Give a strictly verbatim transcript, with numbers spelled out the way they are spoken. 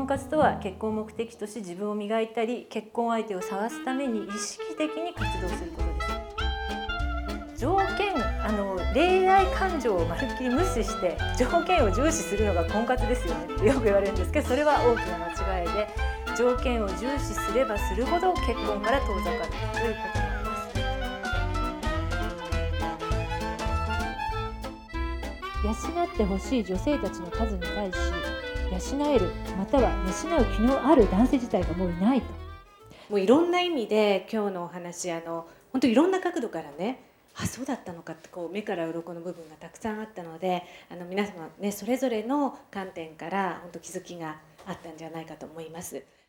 婚活とは結婚を目的とし自分を磨いたり結婚相手を探すために意識的に活動することです。条件あの恋愛感情をまるっきり無視して条件を重視するのが婚活ですよねってよく言われるんですけど、それは大きな間違いで、条件を重視すればするほど結婚から遠ざかるということなんです。養ってほしい女性たちの数に対し、養えるまたは養う気のある男性自体がもういないと。 もういろんな意味で今日のお話、あの本当いろんな角度からね、あ、そうだったのかってこう目から鱗の部分がたくさんあったので、あの皆様ねそれぞれの観点から本当気づきがあったんじゃないかと思います。